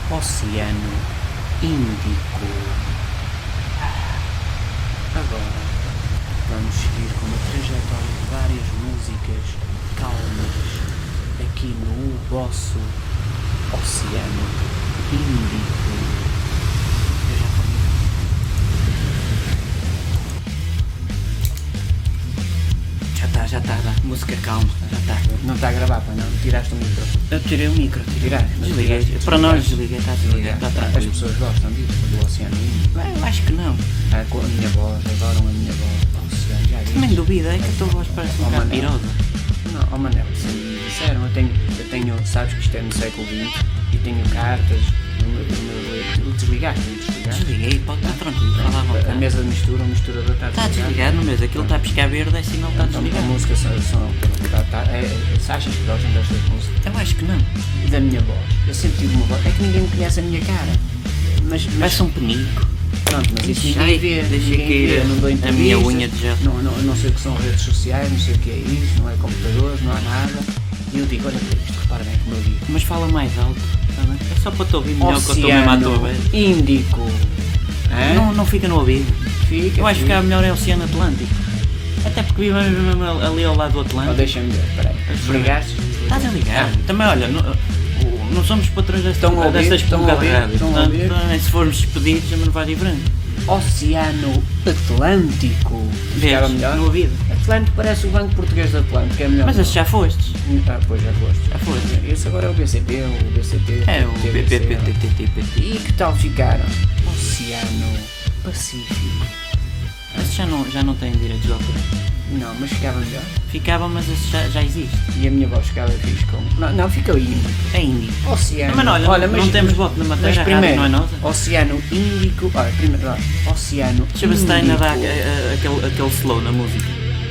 Oceano Índico. Agora vamos seguir com uma trajetória de várias músicas calmas aqui no vosso Oceano Índico. Eu já ponho. Já está, música calma, já está. Não está a gravar, pá, não? Tiraste o micro. Eu tirei o micro, desliguei. Para nós desliguei, está desligado, está As tranquilo. pessoas gostam disso, do Oceano Índico. Eu acho que não. Com a minha voz, adoram a minha voz. Oceano, já Também viste? duvido, é que a tua voz parece um bocado Manel. pirosa. Não, Manel, sim, disseram, eu tenho, sabes que isto é no século XX, e tenho cartas, desligaste. Desliguei, pode estar tranquilo, fala à A vontade. mesa de mistura, o misturador está Está desligado no mês, aquilo está a piscar verde, é sinal que está Então, a desligado. música se achas que gostam destas músicas? Eu acho que não. E da minha voz? Eu sempre tive uma voz, é que ninguém me conhece a minha cara. Mas Parece um penico. pronto, mas isso Deixa ninguém vê. deixa ninguém cair vê, não dou a entrevistas, minha unha de gel. não sei o que são redes sociais, não sei o que é isso, não é computadores, não há nada. E eu digo, olha para isto, repara bem como eu digo. Mas fala mais alto, está bem? É só para te ouvir melhor que eu estou mesmo à tua vez. Índico. Hã? Não fica no ouvido. Fica. Eu acho que ficar melhor é o Oceano Atlântico. Até porque vivemos mesmo ali ao lado do Oh, Atlântico. deixa-me ver, espera aí. Desligaste? Estás a ligar? Também olha, não somos patrões Estão a ouvir? destas Estão a ouvir? rádios. Estão a Portanto, ouvir? também se formos despedidos, também não vai diferente. Oceano Atlântico. Ficava Vês? melhor? No ouvido. Atlântico parece o Banco Português do Atlântico, é melhor. Mas esse já fostes. Pois já foste. Já foste. Esse agora é o BCP, o BCP. É o TBC. BPPTTPT. E que tal ficaram? Oceano Pacífico. Esse já não tem direitos de autor. Não, mas ficava melhor. Ficava, mas esse já existe. E a minha voz ficava fixe com. Não, fica Índico. É índio. Oceano. Mas olha, não temos voto na matéria, mas a rádio primeiro, não é nossa. Oceano Índico. Olha, primeiro, Oceano Deixa eu ver se está ainda a dar Índico. aquele slow na música.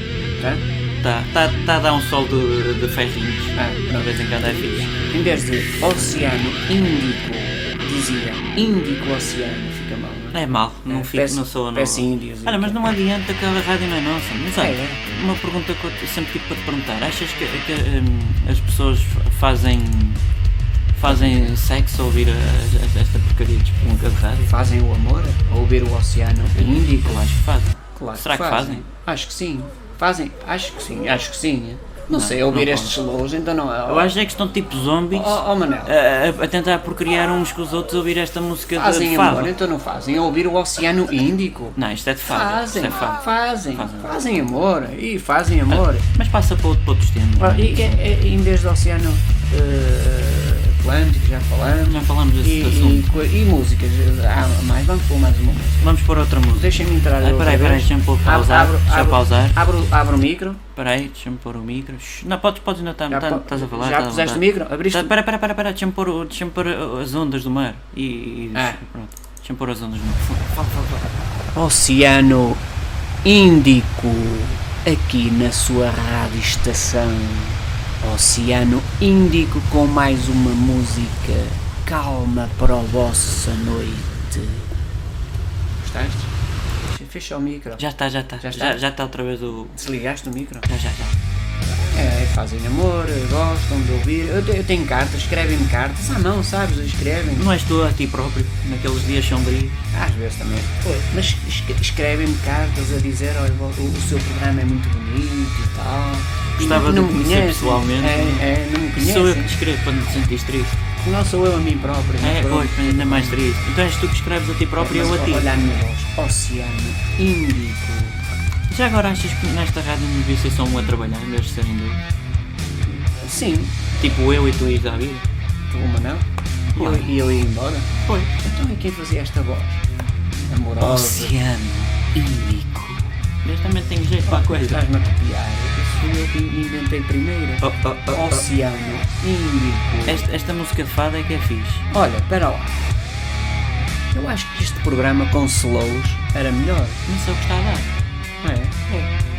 Tá? Está a dar um sol de ferrinhos. Não. De vez em quando é fixe. Em vez de Oceano Índico, dizia Índico Oceano. Fica mal, não é? É mal, não sou Peço índios. Olha, mas não adianta que a rádio não é nossa. Mas olha, É. uma pergunta que eu sempre tive para te perguntar. Achas que as pessoas fazem sexo a ouvir esta porcaria de nunca de rádio? Fazem o amor a ouvir o Oceano Índico? Eu acho que fazem. Claro Será que fazem? Acho que sim. Fazem? Acho que sim. Não sei, ouvir não estes slows, então não é. Eu acho é que estão tipo zombies Manel, a tentar procriar uns com os outros a ouvir esta música de fazem fado. amor, então não fazem. A ouvir o Oceano Índico? Não, isto é de fado. Isto é fado. Fazem amor. E fazem amor. Mas passa para outros temas. Em vez do Oceano Atlântico, já falamos. Já falamos desse assunto. E músicas, há mais, vamos pôr mais uma música. Vamos pôr outra música. Deixem-me entrar Peraí, deixa-me pôr pausar. Deixa eu pausar. Abro o micro. Peraí, deixa-me pôr o micro. Não, podes ainda estar. Estás a falar? Já puseste o micro? Abriste? Espera, deixa-me pôr as ondas do mar. Pronto. Deixa-me pôr as ondas do mar. Fala. Oceano Índico, aqui na sua rádio estação. Oceano Índico com mais uma música calma para a vossa noite. Gostaste? Fecha o micro. Já está outra vez o... Desligaste o micro? Já. Fazem amor, gostam de ouvir. Eu tenho cartas, escrevem-me cartas. Não, sabes, escrevem. Não és tu a ti próprio, naqueles dias sombrios? Às vezes também. Mas escrevem-me cartas a dizer, olha, o seu programa é muito bonito e tal. Gostava de conhecer pessoalmente. Não me conhecem. Sou eu que te escrevo para não te sentires triste. Não sou eu a mim próprio. Pois, ainda mais triste. Então és tu que escreves a ti próprio e eu a ti. Olha a minha voz. Oceano Índico. Já agora achas que nesta rádio não devia ser só um a trabalhar em vez de serem dois? Sim. Tipo eu e tu ias à vida? Tu, Manel? Claro. E eu ia embora? Pois. Então e quem fazia esta voz? Amorosa. Oceano Índico. Mas também tenho jeito para a coisa. Estás-me a copiar. Isso fui eu que inventei primeiro. Oceano Índico. Esta música de fado é que é fixe. Olha, espera lá. Eu acho que este programa com slows era melhor. Não sei o que está a dar. É?